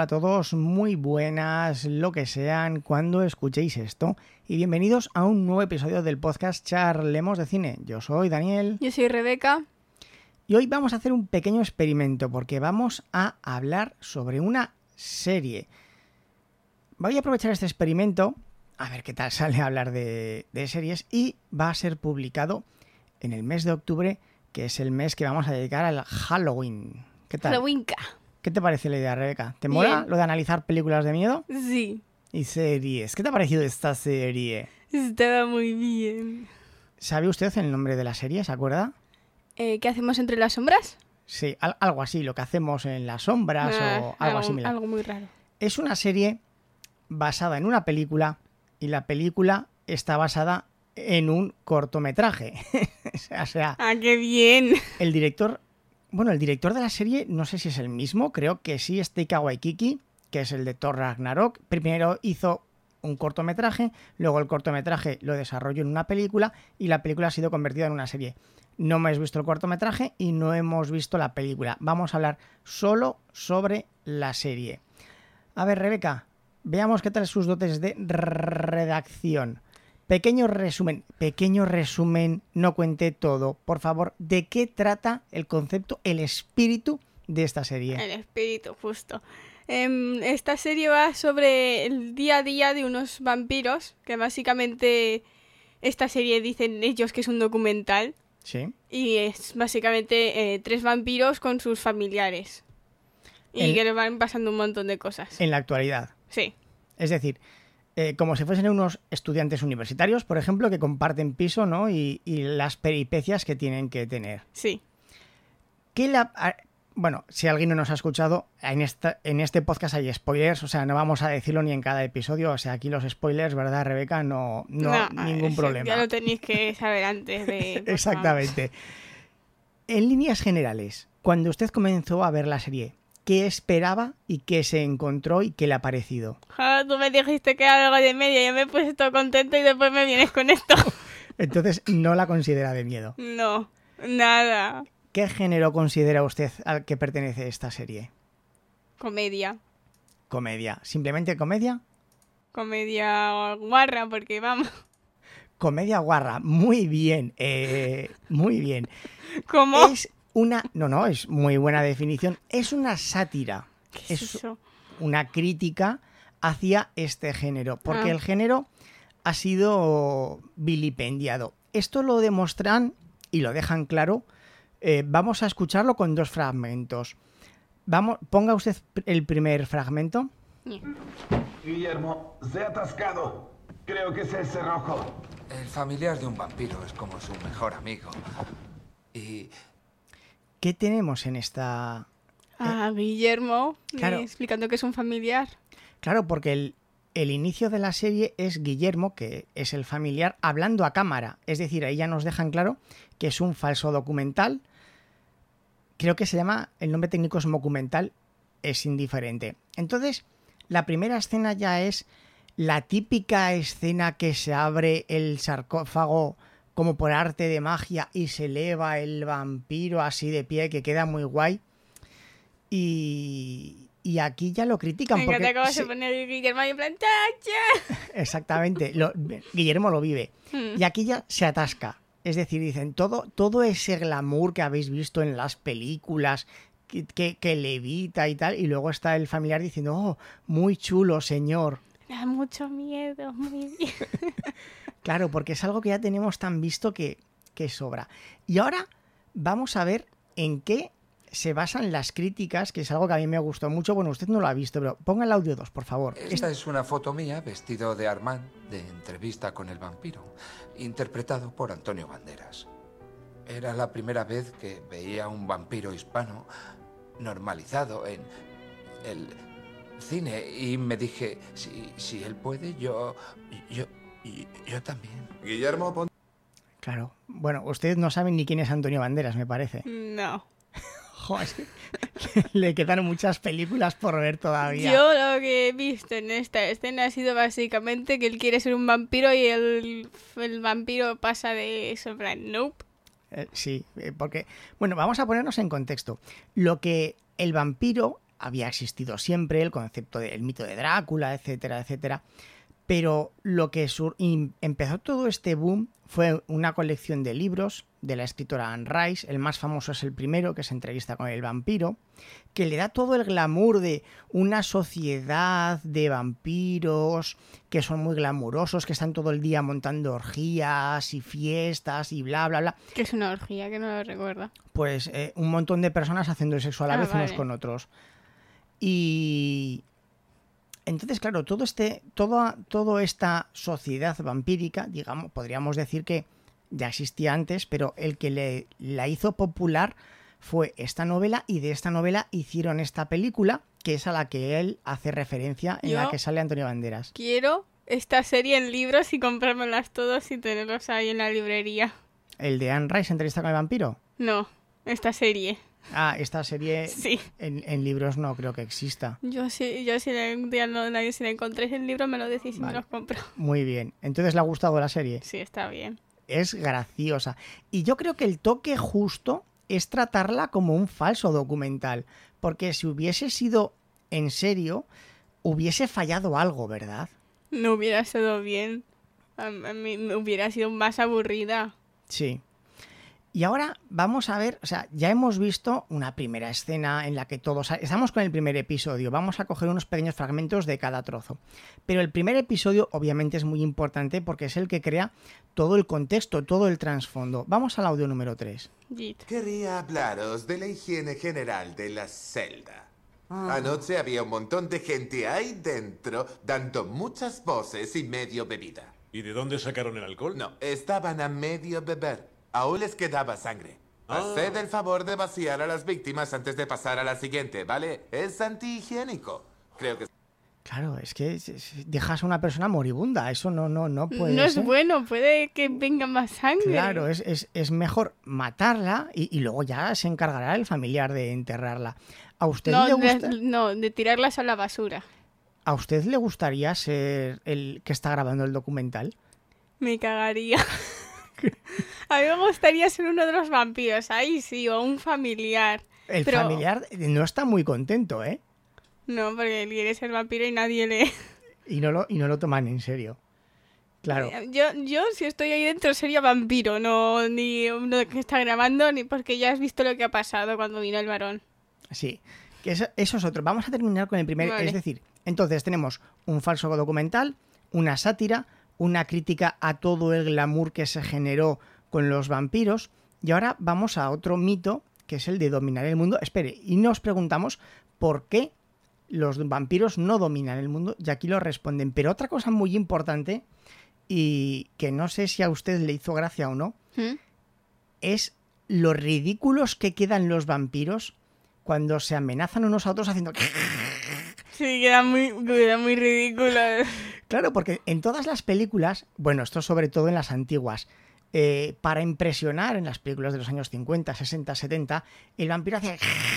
Hola a todos, muy buenas, lo que sean, cuando escuchéis esto. Y bienvenidos a un nuevo episodio del podcast Charlemos de Cine. Yo soy Daniel. Yo soy Rebeca. Y hoy vamos a hacer un pequeño experimento porque vamos a hablar sobre una serie. Voy a aprovechar este experimento, a ver qué tal sale a hablar de series, y va a ser publicado en el mes de octubre, que es el mes que vamos a dedicar al Halloween. ¿Qué tal? Halloweenka. ¿Qué te parece la idea, Rebeca? ¿Te mola lo de analizar películas de miedo? Sí. Y series. ¿Qué te ha parecido esta serie? Estaba muy bien. ¿Sabe usted el nombre de la serie? ¿Se acuerda? ¿Qué hacemos entre las sombras? Sí, algo así, lo que hacemos en las sombras o algo similar. Algo muy raro. Es una serie basada en una película y la película está basada en un cortometraje. O sea, ¡Ah, qué bien! el director de la serie, no sé si es el mismo, creo que sí, es Taika Waititi, que es el de Thor Ragnarok. Primero hizo un cortometraje, luego el cortometraje lo desarrolló en una película y la película ha sido convertida en una serie. No hemos visto el cortometraje y no hemos visto la película. Vamos a hablar solo sobre la serie. A ver, Rebeca, veamos qué tal sus dotes de redacción. Pequeño resumen, no cuente todo. Por favor, ¿de qué trata el concepto, el espíritu de esta serie? El espíritu, justo. Esta serie va sobre el día a día de unos vampiros, que básicamente esta serie dicen ellos que es un documental. Sí. Y es básicamente 3 vampiros con sus familiares. Y que les van pasando un montón de cosas. En la actualidad. Sí. Es decir, como si fuesen unos estudiantes universitarios, por ejemplo, que comparten piso, ¿no? Y las peripecias que tienen que tener. Sí. Bueno, si alguien no nos ha escuchado, en este podcast hay spoilers, o sea, no vamos a decirlo ni en cada episodio, o sea, aquí los spoilers, ¿verdad, Rebeca? No ningún problema. Ya lo tenéis que saber antes de... Exactamente. En líneas generales, cuando usted comenzó a ver la serie, ¿qué esperaba y qué se encontró y qué le ha parecido? Tú me dijiste que era algo de media, yo me he puesto contento y después me vienes con esto. Entonces, no la considera de miedo. No, nada. ¿Qué género considera usted al que pertenece esta serie? Comedia. Comedia. ¿Simplemente comedia? Comedia guarra, porque vamos. Comedia guarra. Muy bien. Muy bien. ¿Cómo? Es una... No, es muy buena definición. Es una sátira. ¿Qué es eso? Una crítica hacia este género. Porque el género ha sido vilipendiado. Esto lo demuestran y lo dejan claro. Vamos a escucharlo con 2 fragmentos. Ponga usted el primer fragmento. Guillermo, se ha atascado. Creo que es el cerrojo. El familiar de un vampiro es como su mejor amigo. Y... ¿Qué tenemos en esta...? Guillermo, claro, explicando que es un familiar. Claro, porque el inicio de la serie es Guillermo, que es el familiar, hablando a cámara. Es decir, ahí ya nos dejan claro que es un falso documental. Creo que se llama, el nombre técnico es documental, es indiferente. Entonces, la primera escena ya es la típica escena que se abre el sarcófago como por arte de magia y se eleva el vampiro así de pie, que queda muy guay. Y aquí ya lo critican. Me encanta cómo se pone Guillermo en plan... ¡Tacha! Exactamente, Guillermo lo vive. Y aquí ya se atasca. Es decir, dicen, todo ese glamour que habéis visto en las películas, que levita y tal, y luego está el familiar diciendo, oh, muy chulo, señor. Me da mucho miedo, muy bien. Claro, porque es algo que ya tenemos tan visto que sobra. Y ahora vamos a ver en qué se basan las críticas, que es algo que a mí me gustó mucho. Bueno, usted no lo ha visto, pero ponga el audio 2, por favor. Esta es una foto mía vestido de Armand de Entrevista con el vampiro, interpretado por Antonio Banderas. Era la primera vez que veía un vampiro hispano normalizado en el cine y me dije, si él puede, yo también. Guillermo, pon... Claro. Bueno, ustedes no saben ni quién es Antonio Banderas, me parece. No. Joder, le quedan muchas películas por ver todavía. Yo lo que he visto en esta escena ha sido básicamente que él quiere ser un vampiro y el vampiro pasa de eso, en plan, nope. Sí, porque... Bueno, vamos a ponernos en contexto. Lo que el vampiro había existido siempre, el concepto del mito de Drácula, etcétera, etcétera. Pero lo que empezó todo este boom fue una colección de libros de la escritora Anne Rice. El más famoso es el primero, que es Entrevista con el vampiro, que le da todo el glamour de una sociedad de vampiros que son muy glamurosos, que están todo el día montando orgías y fiestas y bla, bla, bla. ¿Qué es una orgía? Que no lo recuerda. Pues un montón de personas haciendo el sexo a la vez vale. unos con otros. Y entonces, claro, toda esta sociedad vampírica, digamos, podríamos decir que ya existía antes, pero el que la hizo popular fue esta novela, y de esta novela hicieron esta película, que es a la que él hace referencia, en la que sale Antonio Banderas. Quiero esta serie en libros y comprármelas todos y tenerlos ahí en la librería. ¿El de Anne Rice, Entrevista con el vampiro? No, esta serie. Ah, esta serie Sí. en libros no creo que exista. Yo si un día si la encontréis en libro me lo decís y Vale. me los compro. Muy bien. Entonces, ¿le ha gustado la serie? Sí, está bien. Es graciosa. Y yo creo que el toque justo es tratarla como un falso documental. Porque si hubiese sido en serio, hubiese fallado algo, ¿verdad? No hubiera sido bien. A mí me hubiera sido más aburrida. Sí. Y ahora vamos a ver, o sea, ya hemos visto una primera escena en la que todos... Estamos con el primer episodio, vamos a coger unos pequeños fragmentos de cada trozo. Pero el primer episodio obviamente es muy importante porque es el que crea todo el contexto, todo el trasfondo. Vamos al audio número 3. Jit. Quería hablaros de la higiene general de la celda. Anoche había un montón de gente ahí dentro dando muchas voces y medio bebida. ¿Y de dónde sacaron el alcohol? No, estaban a medio beber. Aún les quedaba sangre. Haced el favor de vaciar a las víctimas antes de pasar a la siguiente, ¿vale? Es antihigiénico. Creo que... Claro, es que dejas a una persona moribunda, eso no puede No es ser. bueno, puede que venga más sangre. Claro, es mejor matarla y luego ya se encargará el familiar de enterrarla. ¿A usted le gusta? De tirarlas a la basura. ¿A usted le gustaría ser el que está grabando el documental? Me cagaría. A mí me gustaría ser uno de los vampiros, ahí sí, o un familiar. El Pero- familiar no está muy contento, ¿eh? No, porque él quiere ser vampiro y nadie le... Y no lo toman en serio. Claro, Yo si estoy ahí dentro sería vampiro, no ni uno que está grabando, ni porque ya has visto lo que ha pasado cuando vino el varón. sí. Que eso es otro. Vamos a terminar con el primer. Vale. Es decir, entonces tenemos un falso documental, una sátira, una crítica a todo el glamour que se generó con los vampiros. Y ahora vamos a otro mito, que es el de dominar el mundo. Espere, y nos preguntamos por qué los vampiros no dominan el mundo, y aquí lo responden. Pero otra cosa muy importante, y que no sé si a usted le hizo gracia o no, ¿Mm? es lo ridículos que quedan los vampiros cuando se amenazan unos a otros haciendo... Sí, queda muy ridículo. Claro, porque en todas las películas, bueno, esto sobre todo en las antiguas, para impresionar en las películas de los años 50, 60, 70, el vampiro hace...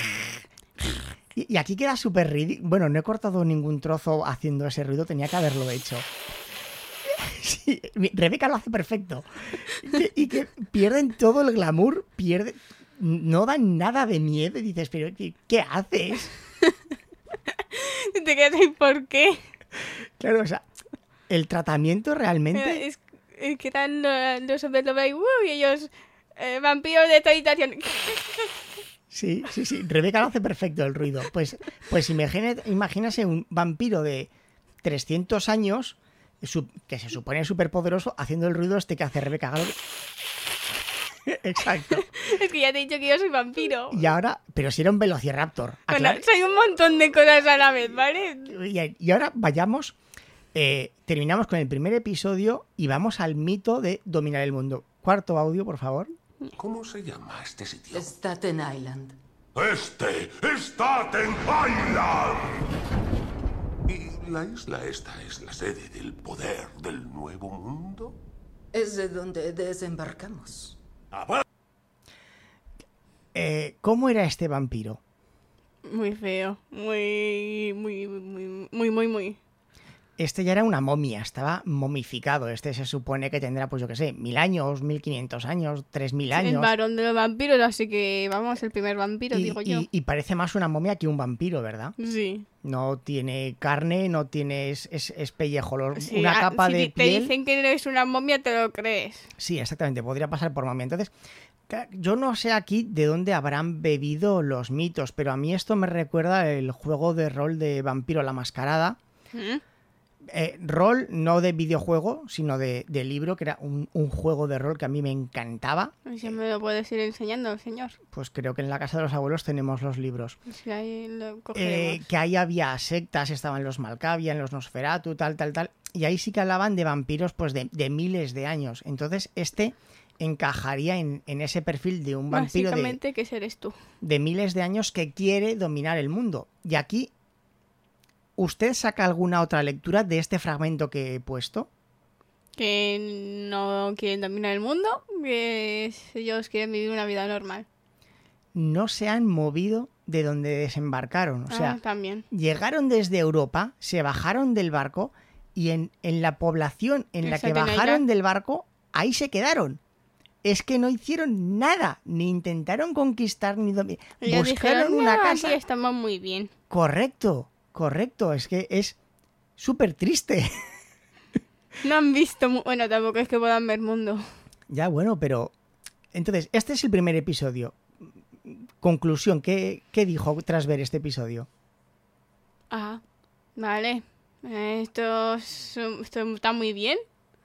Y aquí queda súper ridículo. Bueno, no he cortado ningún trozo haciendo ese ruido, tenía que haberlo hecho. Sí, Rebeca lo hace perfecto. Y que pierden todo el glamour, no dan nada de miedo y dices, pero ¿qué haces? Te quedas ahí, ¿por qué? Claro, o sea, el tratamiento realmente... Es que dan los hombres lo ven y ellos, vampiros de esta habitación. Sí. Rebeca lo hace perfecto el ruido. Pues imagínase un vampiro de 300 años que se supone superpoderoso haciendo el ruido este que hace Rebeca. Exacto. Es que ya te he dicho que yo soy vampiro. Y ahora, pero si era un velociraptor. Bueno, soy un montón de cosas a la vez, ¿vale? Y ahora vayamos, terminamos con el primer episodio y vamos al mito de dominar el mundo. Cuarto audio, por favor. ¿Cómo se llama este sitio? Staten Island. ¡Este! ¡Staten Island! ¿Y la isla esta es la sede del poder del nuevo mundo? Es de donde desembarcamos. ¿Cómo era este vampiro? Muy feo. Muy. Este ya era una momia, estaba momificado. Este se supone que tendrá, pues yo qué sé, 1000 años, 1500 años, 3000 años. El varón de los vampiros, así que vamos, el primer vampiro, digo yo. Y parece más una momia que un vampiro, ¿verdad? Sí. No tiene carne, no tiene es pellejo, Sí, una capa si de te piel. dicen que no es una momia, te lo crees. Sí, exactamente, podría pasar por momia. Entonces, yo no sé aquí de dónde habrán bebido los mitos, pero a mí esto me recuerda el juego de rol de Vampiro la Mascarada. ¿Mm? Rol no de videojuego, sino de libro, que era un juego de rol que a mí me encantaba. Si me lo puedes ir enseñando, señor. Pues creo que en la casa de los abuelos tenemos los libros. Si ahí lo cogeremos. Que ahí había sectas, estaban los Malkavian, los Nosferatu, tal. Y ahí sí que hablaban de vampiros pues de miles de años. Entonces este encajaría en ese perfil de un vampiro Básicamente, ¿qué eres tú? de miles de años que quiere dominar el mundo. Y aquí, ¿usted saca alguna otra lectura de este fragmento que he puesto? Que no quieren dominar el mundo, que ellos quieren vivir una vida normal. No se han movido de donde desembarcaron. O sea, también. llegaron desde Europa, se bajaron del barco y en la población en la que bajaron del barco, ahí se quedaron. Es que no hicieron nada, ni intentaron conquistar, ni buscaron una casa. Aquí estamos muy bien. Correcto, es que es súper triste. No han visto... Bueno, tampoco es que puedan ver mundo. Ya, bueno, pero... Entonces, este es el primer episodio. Conclusión, ¿qué dijo tras ver este episodio? Ah, vale. Esto está muy bien.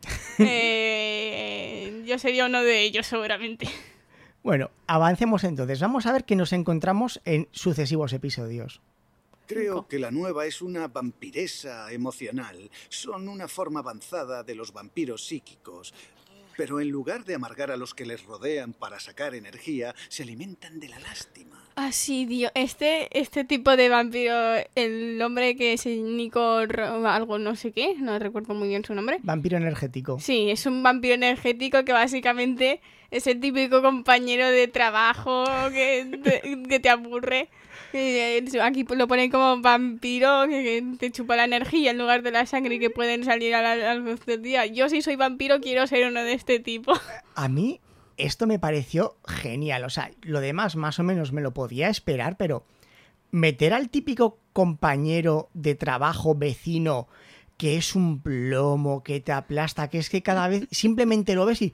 Yo sería uno de ellos, seguramente. Bueno, avancemos entonces. Vamos a ver qué nos encontramos en sucesivos episodios. Creo que la nueva es una vampiresa emocional. Son una forma avanzada de los vampiros psíquicos. Pero en lugar de amargar a los que les rodean para sacar energía, se alimentan de la lástima. Ah, sí, tío. Este tipo de vampiro, el hombre que es Nico algo no sé qué, no recuerdo muy bien su nombre. Vampiro energético. Sí, es un vampiro energético que básicamente es el típico compañero de trabajo que te aburre. Aquí lo ponen como vampiro que te chupa la energía en lugar de la sangre y que pueden salir a la luz del día. Yo si soy vampiro quiero ser uno de este tipo. A mí esto me pareció genial. O sea, lo demás más o menos me lo podía esperar, pero meter al típico compañero de trabajo vecino que es un plomo, que te aplasta, que es que cada vez simplemente lo ves y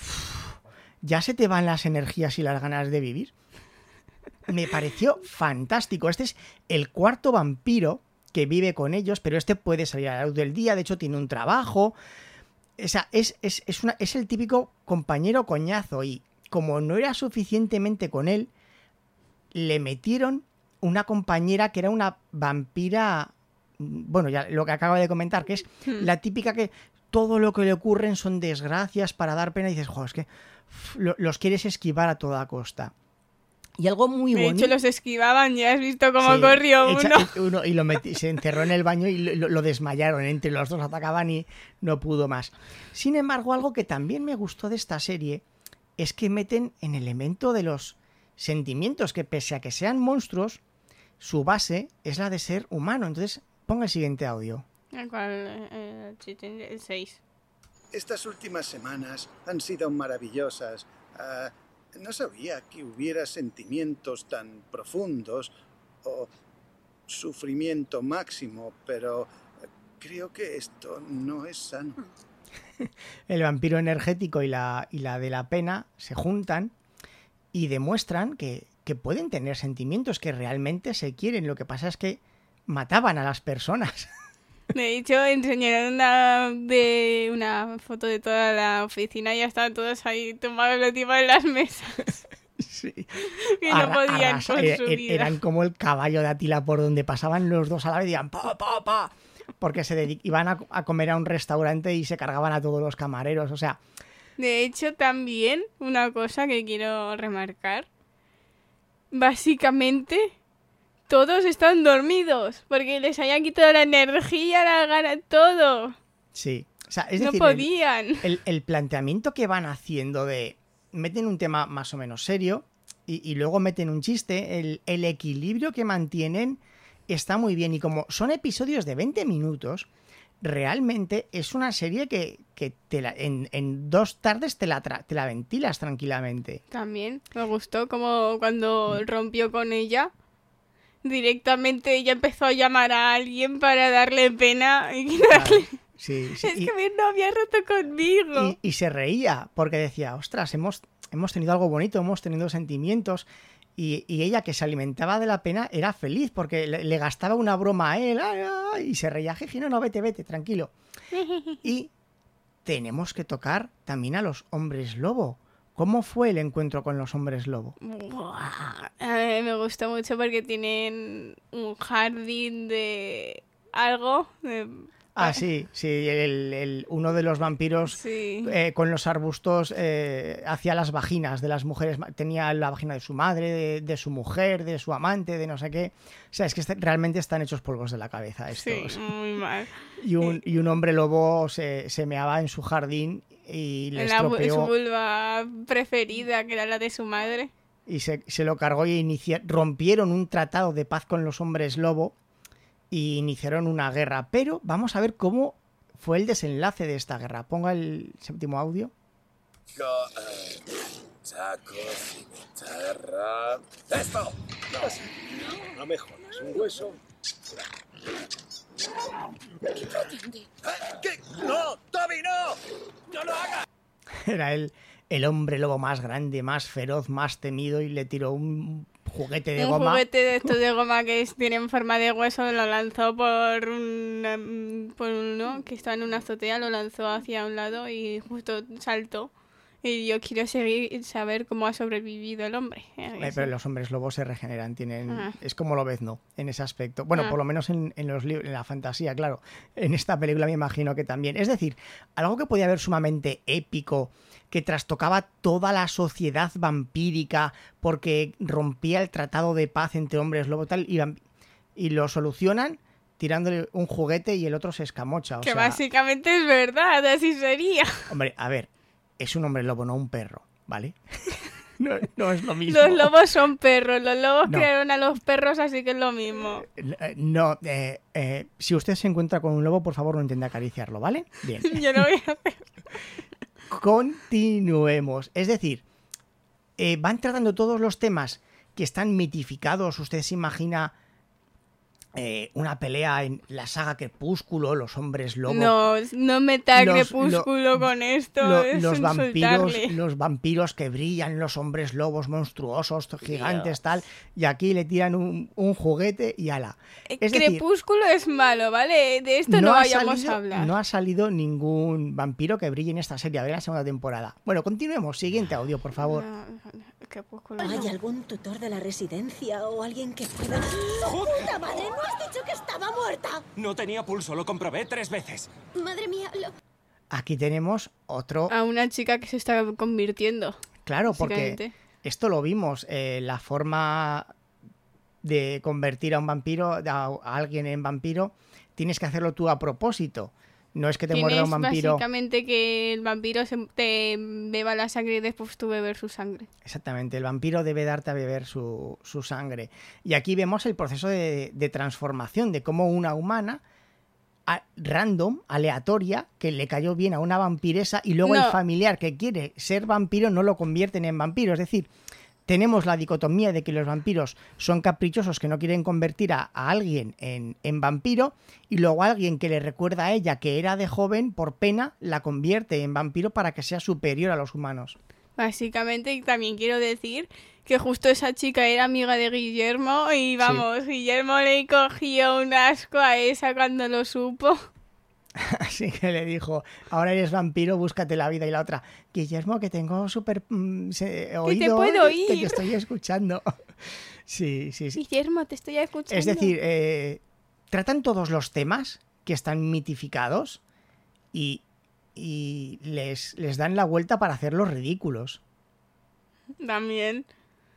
ya se te van las energías y las ganas de vivir. Me pareció fantástico. Este es el cuarto vampiro que vive con ellos, pero este puede salir a la luz del día, de hecho tiene un trabajo. O sea, es el típico compañero coñazo y como no era suficientemente con él, le metieron una compañera que era una vampira, bueno, ya lo que acabo de comentar, que es la típica que todo lo que le ocurren son desgracias para dar pena y dices, joder, es que los quieres esquivar a toda costa. Y algo muy bonito. De hecho, los esquivaban, ya has visto cómo corrió uno. Y se encerró en el baño y lo desmayaron. Entre los dos atacaban y no pudo más. Sin embargo, algo que también me gustó de esta serie es que meten en el elemento de los sentimientos, que pese a que sean monstruos, su base es la de ser humano. Entonces, ponga el siguiente audio. El 6. Estas últimas semanas han sido maravillosas. No sabía que hubiera sentimientos tan profundos o sufrimiento máximo, pero creo que esto no es sano. El vampiro energético y la de la pena se juntan y demuestran que pueden tener sentimientos, que realmente se quieren. Lo que pasa es que mataban a las personas. De hecho, enseñaron una foto de toda la oficina y ya estaban todos ahí tumbados encima de las mesas. Sí. Que no podían con su vida. Eran como el caballo de Atila por donde pasaban los dos a la vez y decían ¡pa, pa, pa! Porque iban a comer a un restaurante y se cargaban a todos los camareros, o sea... De hecho, también una cosa que quiero remarcar. Básicamente... todos están dormidos, porque les hayan quitado la energía, la gana, todo. Sí, o sea, es no decir, podían. El planteamiento que van haciendo de... meten un tema más o menos serio y luego meten un chiste, el equilibrio que mantienen está muy bien. Y como son episodios de 20 minutos, realmente es una serie que en 2 tardes te la ventilas tranquilamente. También me gustó como cuando rompió con ella. Directamente ella empezó a llamar a alguien para darle pena. Y darle... Sí, Es que mi novia ha roto conmigo. Y se reía porque decía, ostras, hemos tenido algo bonito, hemos tenido sentimientos. Y ella, que se alimentaba de la pena, era feliz porque le gastaba una broma a él. Y se reía, jeje, no, vete, tranquilo. Y tenemos que tocar también a los hombres lobo. ¿Cómo fue el encuentro con los hombres lobo? Buah, a mí me gustó mucho porque tienen un jardín de algo. Sí, uno de los vampiros Sí. con los arbustos hacía las vaginas de las mujeres. Tenía la vagina de su madre, de su mujer, de su amante, de no sé qué. O sea, es que realmente están hechos polvos de la cabeza estos. Sí, muy mal. Y un hombre lobo se meaba en su jardín y le Su estropeó vulva preferida, que era la de su madre. y se lo cargó y rompieron un tratado de paz con los hombres lobo y iniciaron una guerra. Pero vamos a ver cómo fue el desenlace de esta guerra. Ponga el 7º audio. Sacos, guitarra... ¡Esto! No me jodas, un hueso. ¿Qué pretende? ¿Qué? ¡No! ¡Toby, no! ¡No lo hagas! Era el hombre lobo más grande, más feroz, más temido y le tiró un juguete de goma. Un juguete de estos de goma que tiene en forma de hueso, lo lanzó por uno que estaba en una azotea, lo lanzó hacia un lado y justo saltó. Y yo quiero saber cómo ha sobrevivido el hombre. Pero los hombres lobos se regeneran, es como Lobezno en ese aspecto. Bueno, por lo menos en los libros, en la fantasía, claro. En esta película me imagino que también. Es decir, algo que podía haber sumamente épico, que trastocaba toda la sociedad vampírica porque rompía el tratado de paz entre hombres lobo tal, y lo solucionan tirándole un juguete y el otro se escamocha. Que básicamente es verdad, así sería. Hombre, a ver, es un hombre lobo, no un perro, ¿vale? No es lo mismo. Los lobos son perros, los lobos crearon a los perros, así que es lo mismo. No, si usted se encuentra con un lobo, por favor no intente acariciarlo, ¿vale? Bien. Yo no voy a hacer. Continuemos. Es decir, van tratando todos los temas que están mitificados. Usted se imagina una pelea en la saga Crepúsculo, los hombres lobo. No meta Crepúsculo con esto. Los vampiros que brillan, los hombres lobos monstruosos, gigantes, tal. Y aquí le tiran un juguete y ala. Crepúsculo es malo, ¿vale? De esto no vayamos a hablar. No ha salido ningún vampiro que brille en esta serie. A ver la segunda temporada. Bueno, continuemos. Siguiente audio, por favor. ¿Hay algún tutor de la residencia o alguien que pueda...? ¡Puta madre! ¿No has dicho que estaba muerta? No tenía pulso, lo comprobé 3 veces. Madre mía, Aquí tenemos otro... A una chica que se está convirtiendo. Claro, porque esto lo vimos. La forma de convertir a un vampiro, a alguien en vampiro, tienes que hacerlo tú a propósito. No es que te muerda un vampiro. Básicamente que el vampiro te beba la sangre y después tú beber su sangre. Exactamente, el vampiro debe darte a beber su sangre. Y aquí vemos el proceso de transformación, de cómo una humana random, aleatoria, que le cayó bien a una vampiresa y luego el familiar que quiere ser vampiro no lo convierten en vampiro. Es decir, tenemos la dicotomía de que los vampiros son caprichosos, que no quieren convertir a alguien en vampiro, y luego alguien que le recuerda a ella que era de joven, por pena, la convierte en vampiro para que sea superior a los humanos. Básicamente, y también quiero decir que justo esa chica era amiga de Guillermo y vamos, sí. Guillermo le cogió un asco a esa cuando lo supo. Así que le dijo, ahora eres vampiro, búscate la vida. Y la otra, Guillermo, que tengo súper oído, que te puedo oír, que te estoy escuchando. Sí. Guillermo, te estoy escuchando. Es decir, tratan todos los temas que están mitificados y les dan la vuelta para hacerlos ridículos. También.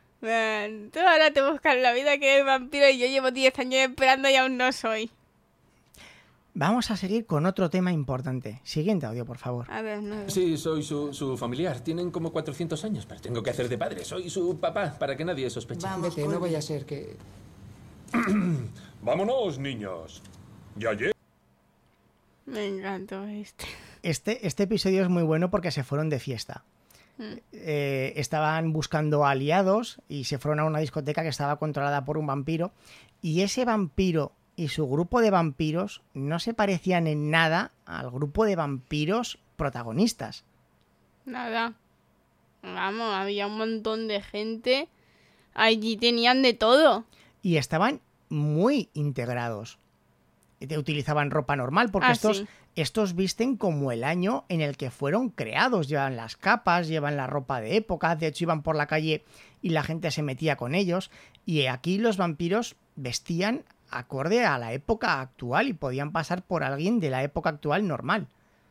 Tú ahora te buscas la vida que eres vampiro y yo llevo 10 años esperando y aún no soy. Vamos a seguir con otro tema importante. Siguiente audio, por favor. A ver, no. Sí, soy su familiar. Tienen como 400 años, pero tengo que hacer de padre. Soy su papá, para que nadie sospeche. Vete, no vaya a ser que... Vámonos, niños. Ya llegué. Me encantó este. Este episodio es muy bueno porque se fueron de fiesta. Estaban buscando aliados y se fueron a una discoteca que estaba controlada por un vampiro, y ese vampiro y su grupo de vampiros no se parecían en nada al grupo de vampiros protagonistas. Nada. Vamos, había un montón de gente. Allí tenían de todo. Y estaban muy integrados. Utilizaban ropa normal porque estos visten como el año en el que fueron creados. Llevan las capas, llevan la ropa de época. De hecho, iban por la calle y la gente se metía con ellos. Y aquí los vampiros vestían acorde a la época actual y podían pasar por alguien de la época actual normal.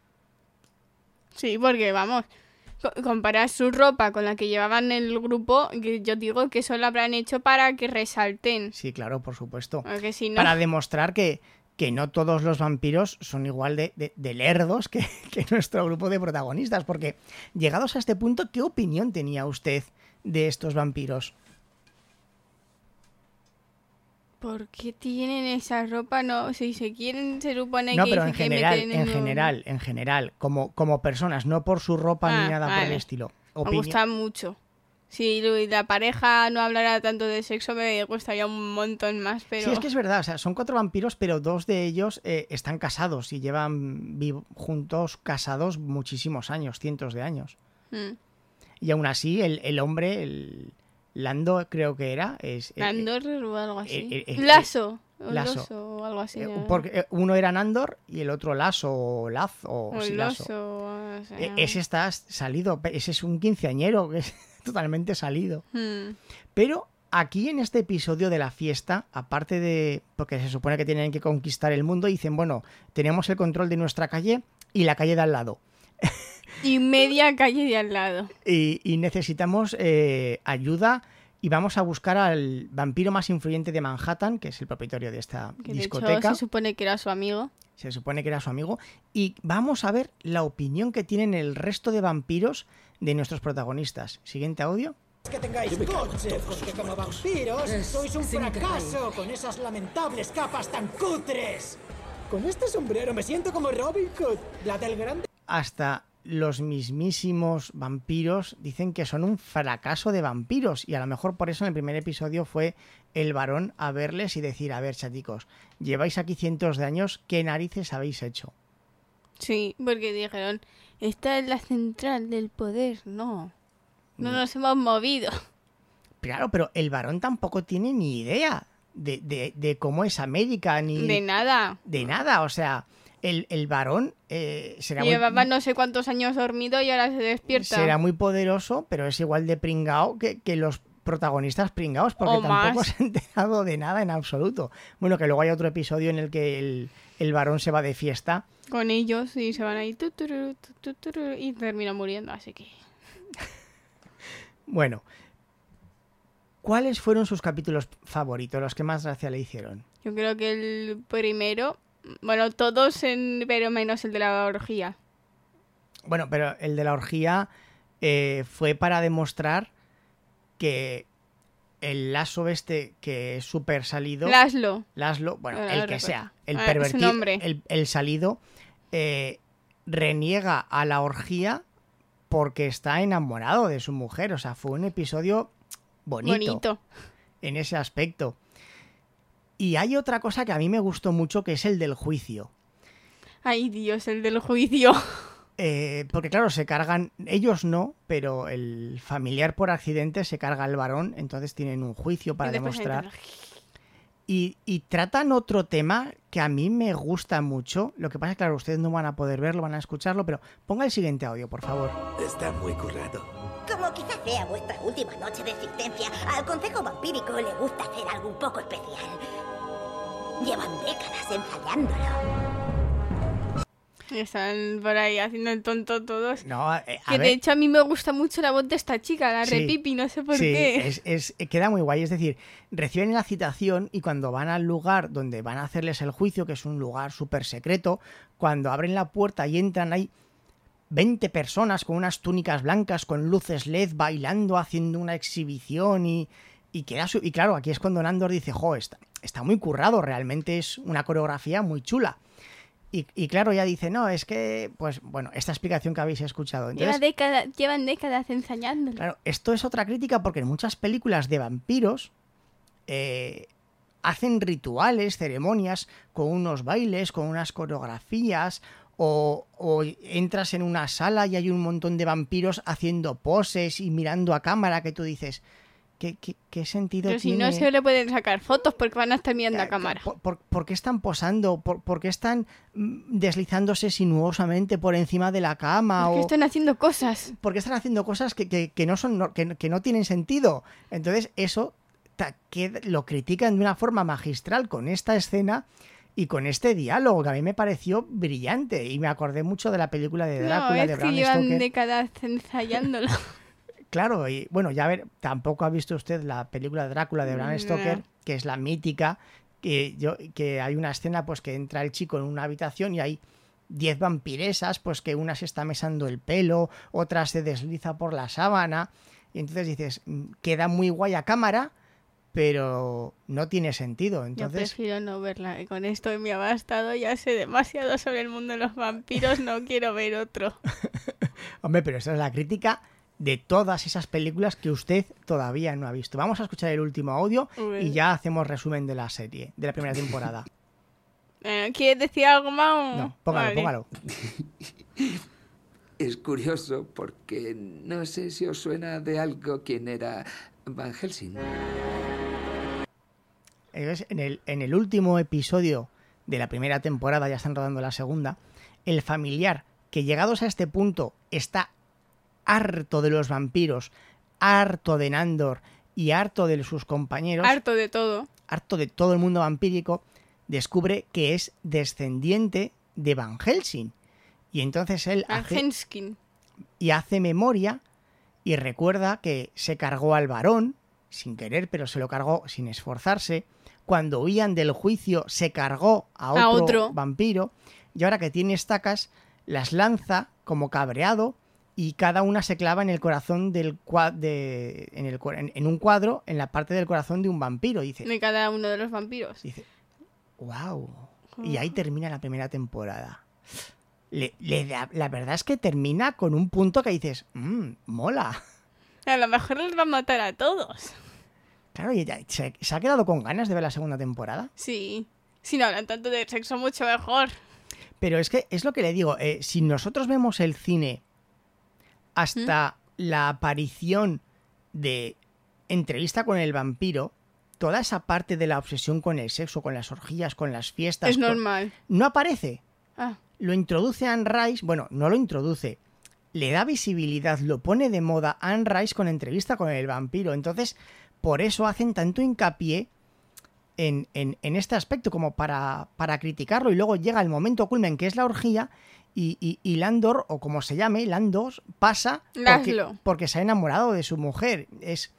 Sí, porque vamos, comparar su ropa con la que llevaban el grupo, que yo digo que eso lo habrán hecho para que resalten. Sí, claro, por supuesto. Porque si no... Para demostrar que no todos los vampiros son igual de lerdos que nuestro grupo de protagonistas. Porque llegados a este punto, ¿qué opinión tenía usted de estos vampiros? ¿Por qué tienen esa ropa? No, si se quieren, se supone no, que... No, pero en general, como personas, no por su ropa ni nada por el estilo. Me gusta mucho. Si la pareja no hablara tanto de sexo, me gustaría un montón más, pero... Sí, es que es verdad, o sea, son 4 vampiros, pero 2 de ellos están casados y llevan juntos, casados, muchísimos años, cientos de años. Y aún así, el hombre... Lando creo que era. Nandor o algo así. Lasso o algo así. Porque uno era Nandor y el otro Lasso o Laz o sí, Lasso. O sea, ese está salido. Ese es un quinceañero que es totalmente salido. Pero aquí en este episodio de la fiesta, aparte de... Porque se supone que tienen que conquistar el mundo, dicen, bueno, tenemos el control de nuestra calle y la calle de al lado. Y media calle de al lado. Y necesitamos ayuda y vamos a buscar al vampiro más influyente de Manhattan, que es el propietario de esta discoteca. De hecho, se supone que era su amigo. Se supone que era su amigo. Y vamos a ver la opinión que tienen el resto de vampiros de nuestros protagonistas. Siguiente audio. Que tengáis coche, porque como vampiros sois un fracaso con esas lamentables capas tan cutres. Con este sombrero me siento como Robin Hood, la del grande... Hasta los mismísimos vampiros dicen que son un fracaso de vampiros, y a lo mejor por eso en el primer episodio fue el varón a verles y decir, a ver, chaticos, lleváis aquí cientos de años, ¿qué narices habéis hecho? Sí, porque dijeron, esta es la central del poder. No nos hemos movido. Claro, pero el varón tampoco tiene ni idea de cómo es América, ni... De nada. De nada, o sea... El varón será llevaba no sé cuántos años dormido y ahora se despierta. Será muy poderoso, pero es igual de pringao que los protagonistas pringaos, porque tampoco se ha enterado de nada en absoluto. Bueno, que luego hay otro episodio en el que el varón se va de fiesta. Con ellos y se van ahí y termina muriendo, así que... Bueno, ¿cuáles fueron sus capítulos favoritos, los que más gracia le hicieron? Yo creo que el primero... Bueno, todos, pero menos el de la orgía. Bueno, pero el de la orgía fue para demostrar que el Lasso que es súper salido... Laszlo, bueno, el que sea, el pervertido, el salido, reniega a la orgía porque está enamorado de su mujer. O sea, fue un episodio bonito. En ese aspecto. Y hay otra cosa que a mí me gustó mucho, que es el del juicio. Ay, Dios, el del juicio. Porque claro, se cargan, ellos no, pero el familiar por accidente se carga al varón, entonces tienen un juicio para demostrar. Y tratan otro tema que a mí me gusta mucho. Lo que pasa es que, claro, ustedes no van a poder verlo, van a escucharlo, pero ponga el siguiente audio, por favor. Está muy currado. Como quizás sea vuestra última noche de existencia, al Consejo Vampírico le gusta hacer algo un poco especial. Llevan décadas ensayándolo. Están por ahí haciendo el tonto todos. No, que de hecho a mí me gusta mucho la voz de esta chica, la Repipi, no sé por qué. Queda muy guay. Es decir, reciben la citación y cuando van al lugar donde van a hacerles el juicio, que es un lugar súper secreto, cuando abren la puerta y entran ahí 20 personas con unas túnicas blancas, con luces LED, bailando, haciendo una exhibición y claro, aquí es cuando Nandor dice, jo, está muy currado, realmente es una coreografía muy chula. Y claro, ya dice, no, es que, pues bueno, esta explicación que habéis escuchado. Entonces, Llevan décadas ensayándolo. claro, esto es otra crítica porque en muchas películas de vampiros hacen rituales, ceremonias, con unos bailes, con unas coreografías, o entras en una sala y hay un montón de vampiros haciendo poses y mirando a cámara que tú dices, ¿qué sentido Pero si tiene? no se le pueden sacar fotos porque van a estar mirando a cámara. ¿Por qué están posando? ¿Por qué están deslizándose sinuosamente por encima de la cama? Porque están haciendo cosas. Porque están haciendo cosas que no tienen sentido. Entonces eso lo critican de una forma magistral con esta escena y con este diálogo que a mí me pareció brillante. Y me acordé mucho de la película de Drácula de Bram que llevan Stoker. décadas ensayándolo. Claro, y bueno, ya ver, tampoco ha visto usted la película de Drácula de Bram Stoker, que es la mítica, que hay una escena pues que entra el chico en una habitación y hay 10 vampiresas, pues que una se está mesando el pelo, otra se desliza por la sábana, y entonces dices, queda muy guay a cámara, pero no tiene sentido. Entonces, yo prefiero no verla, con esto me ha bastado, ya sé demasiado sobre el mundo de los vampiros, no quiero ver otro. Hombre, pero esa es la crítica de todas esas películas que usted todavía no ha visto. Vamos a escuchar el último audio y ya hacemos resumen de la serie, de la primera temporada. ¿Quieres decir algo más? No, póngalo. Es curioso porque no sé si os suena de algo quién era Van Helsing. En el último episodio de la primera temporada, ya están rodando la segunda, el familiar que llegados a este punto está harto de los vampiros, harto de Nandor y harto de sus compañeros, harto de todo el mundo vampírico, descubre que es descendiente de Van Helsing. Y entonces él hace memoria y recuerda que se cargó al varón, sin querer, pero se lo cargó sin esforzarse. Cuando huían del juicio se cargó a otro vampiro, y ahora que tiene estacas las lanza como cabreado y cada una se clava en el corazón en un cuadro en la parte del corazón de un vampiro. Dice, de cada uno de los vampiros. Dice, wow. Y ahí termina la primera temporada. La verdad es que termina con un punto que dices, mola. A lo mejor les va a matar a todos. Claro, y ¿se ha quedado con ganas de ver la segunda temporada? Sí. Si no hablan tanto de sexo, mucho mejor. Pero es que es lo que le digo. Si nosotros vemos el cine hasta la aparición de Entrevista con el vampiro, toda esa parte de la obsesión con el sexo, con las orgías, con las fiestas... Es normal. No aparece. Ah. Lo introduce Anne Rice. Bueno, no lo introduce. Le da visibilidad, lo pone de moda Anne Rice con Entrevista con el vampiro. Entonces, por eso hacen tanto hincapié en este aspecto como para criticarlo. Y luego llega el momento culmen, que es la orgía, y Landor, o como se llame, Landos, pasa porque se ha enamorado de su mujer.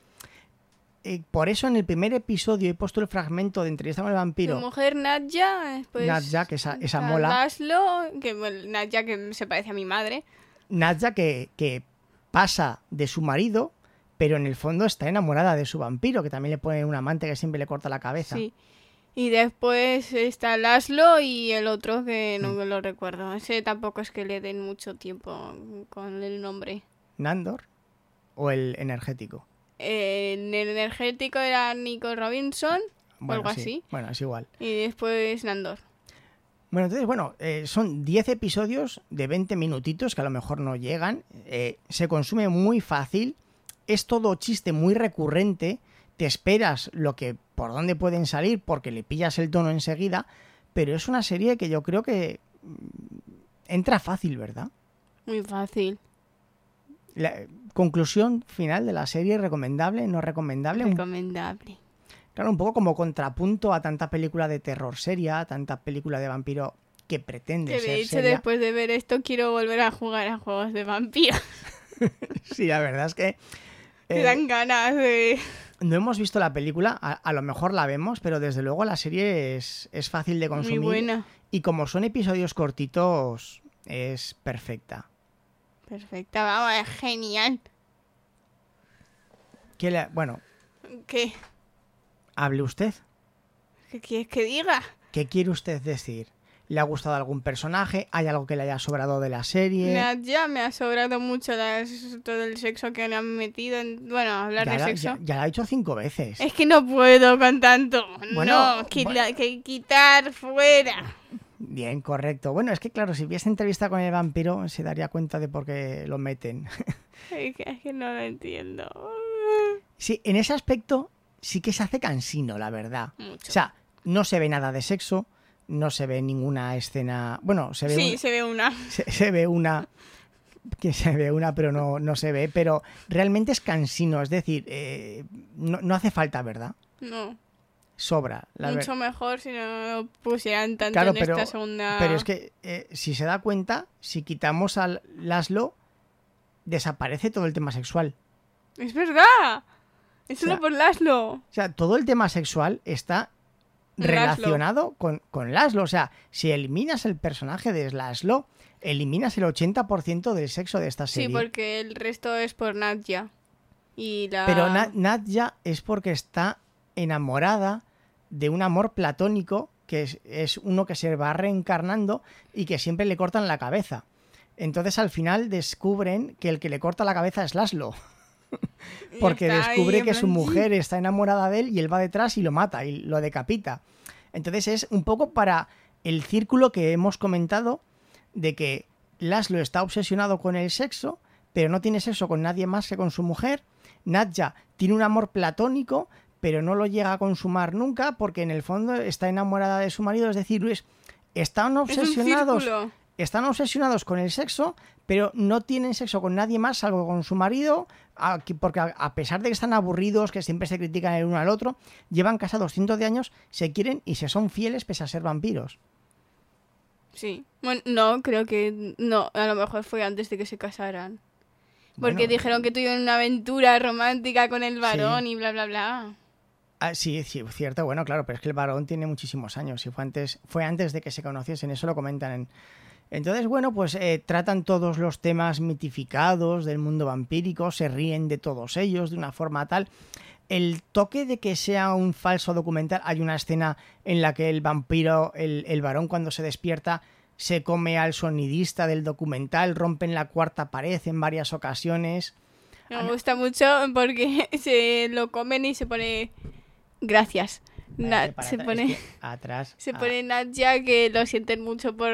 Por eso en el primer episodio he puesto el fragmento de Entrevista con el vampiro. Su mujer Nadja, Nadja, que esa mola. Laszlo, Nadja, que se parece a mi madre. Nadja, que pasa de su marido, pero en el fondo está enamorada de su vampiro, que también le pone un amante que siempre le corta la cabeza. Sí. Y después está Laszlo y el otro que no lo recuerdo. Ese tampoco es que le den mucho tiempo con el nombre. ¿Nandor o el energético? El energético era Nico Robinson o algo así. Bueno, es igual. Y después Nandor. Bueno, entonces, son 10 episodios de 20 minutitos que a lo mejor no llegan. Se consume muy fácil. Es todo chiste muy recurrente. Te esperas por dónde pueden salir porque le pillas el tono enseguida. Pero es una serie que yo creo que entra fácil, ¿verdad? Muy fácil. La conclusión final de la serie, ¿recomendable? ¿No recomendable? Recomendable. Claro, un poco como contrapunto a tanta película de terror seria, a tanta película de vampiro que pretende ser seria. De hecho, después de ver esto, quiero volver a jugar a juegos de vampiros. Sí, la verdad es que... Te dan ganas de... No hemos visto la película, a lo mejor la vemos, pero desde luego la serie es fácil de consumir. Muy buena. Y como son episodios cortitos, es perfecta. Perfecta, vamos, es genial. Bueno. ¿Qué? Hable usted. ¿Qué quieres que diga? ¿Qué quiere usted decir? ¿Le ha gustado algún personaje? ¿Hay algo que le haya sobrado de la serie? Ya me ha sobrado mucho todo el sexo que le han metido. Bueno, hablar de sexo. Ya lo ha hecho 5 veces. Es que no puedo con tanto. Bueno, que quitar fuera. Bien, correcto. Bueno, es que claro, si viese entrevista con el vampiro se daría cuenta de por qué lo meten. Es que no lo entiendo. Sí, en ese aspecto sí que se hace cansino, la verdad. Mucho. O sea, no se ve nada de sexo, no se ve ninguna escena... Bueno, se ve se ve una. Se ve una... Que se ve una, pero no se ve. Pero realmente es cansino, es decir, no hace falta, ¿verdad? No. Sobra. Mucho mejor si no pusieran tanto claro, en esta segunda... Pero es que, si se da cuenta, si quitamos al Laszlo, desaparece todo el tema sexual. ¡Es verdad! Es solo por Laszlo. O sea, todo el tema sexual está relacionado con Laszlo. O sea, si eliminas el personaje de Laszlo, eliminas el 80% del sexo de esta serie. Sí, porque el resto es por Nadja. Pero Nadja es porque está enamorada de un amor platónico que es uno que se va reencarnando y que siempre le cortan la cabeza. Entonces al final descubren que el que le corta la cabeza es Laszlo. Porque descubre que su mujer está enamorada de él y él va detrás y lo mata y lo decapita. Entonces es un poco para el círculo que hemos comentado de que Laszlo está obsesionado con el sexo, pero no tiene sexo con nadie más que con su mujer. Nadja tiene un amor platónico, pero no lo llega a consumar nunca porque en el fondo está enamorada de su marido. Es decir, están obsesionados con el sexo, pero no tienen sexo con nadie más salvo con su marido, porque a pesar de que están aburridos, que siempre se critican el uno al otro, llevan casados cientos de años, se quieren y se son fieles pese a ser vampiros. Sí. Bueno, no, creo que no. A lo mejor fue antes de que se casaran. Porque dijeron que tuvieron una aventura romántica con el varón y bla, bla, bla. Sí, cierto. Bueno, claro, pero es que el varón tiene muchísimos años y fue antes de que se conociesen. Eso lo comentan Entonces, bueno, pues tratan todos los temas mitificados del mundo vampírico, se ríen de todos ellos de una forma tal. El toque de que sea un falso documental, hay una escena en la que el vampiro, el varón cuando se despierta, se come al sonidista del documental, rompen la cuarta pared en varias ocasiones. Me gusta mucho porque se lo comen y se pone... Gracias. Se pone atrás. Se pone Nadja que lo sienten mucho por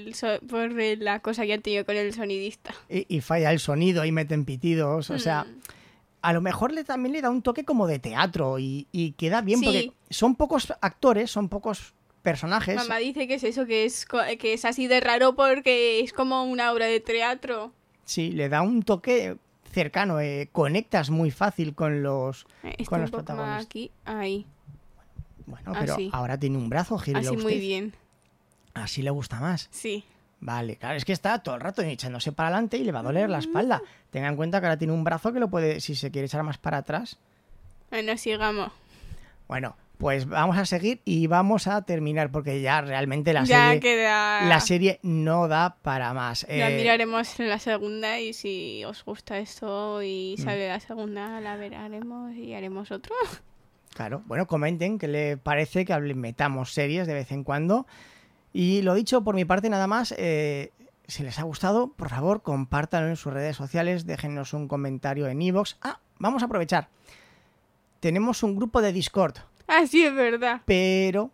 la cosa que han tenido con el sonidista. Y falla el sonido y meten pitidos. O sea, a lo mejor también le da un toque como de teatro y queda bien porque son pocos actores, son pocos personajes. Mamá dice que es eso, que es así de raro porque es como una obra de teatro. Sí, le da un toque cercano, conectas muy fácil con los protagonistas. Más aquí, ahí. Bueno, pero ahora tiene un brazo, gírelo así usted. Muy bien. ¿Así le gusta más? Sí. Vale, claro, es que está todo el rato echándose para adelante y le va a doler la espalda. Tenga en cuenta que ahora tiene un brazo que lo puede, si se quiere echar más para atrás. Bueno, sigamos. Bueno, pues vamos a seguir y vamos a terminar porque ya realmente la serie no da para más. Ya miraremos en la segunda y si os gusta esto y sale la segunda la veremos y haremos otro. Claro, bueno, comenten qué le parece que metamos series de vez en cuando. Y lo dicho, por mi parte nada más, si les ha gustado, por favor, compártanlo en sus redes sociales, déjennos un comentario en iVoox. Vamos a aprovechar. Tenemos un grupo de Discord. Sí, es verdad. Pero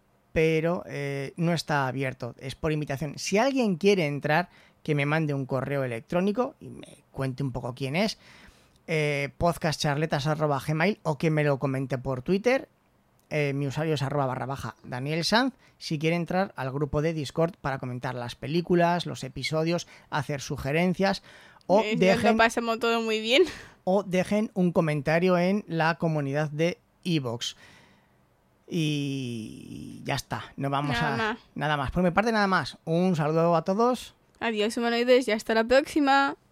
no está abierto, es por invitación. Si alguien quiere entrar, que me mande un correo electrónico y me cuente un poco quién es, podcastcharletas@gmail.com o que me lo comente por Twitter. Mi usuario es @Daniel Sanz. Si quiere entrar al grupo de Discord para comentar las películas, los episodios, hacer sugerencias o lo pasamos todo muy bien. O dejen un comentario en la comunidad de iVoox. Y ya está, no vamos nada más. Por mi parte nada más. Un saludo a todos. Adiós humanoides y hasta la próxima.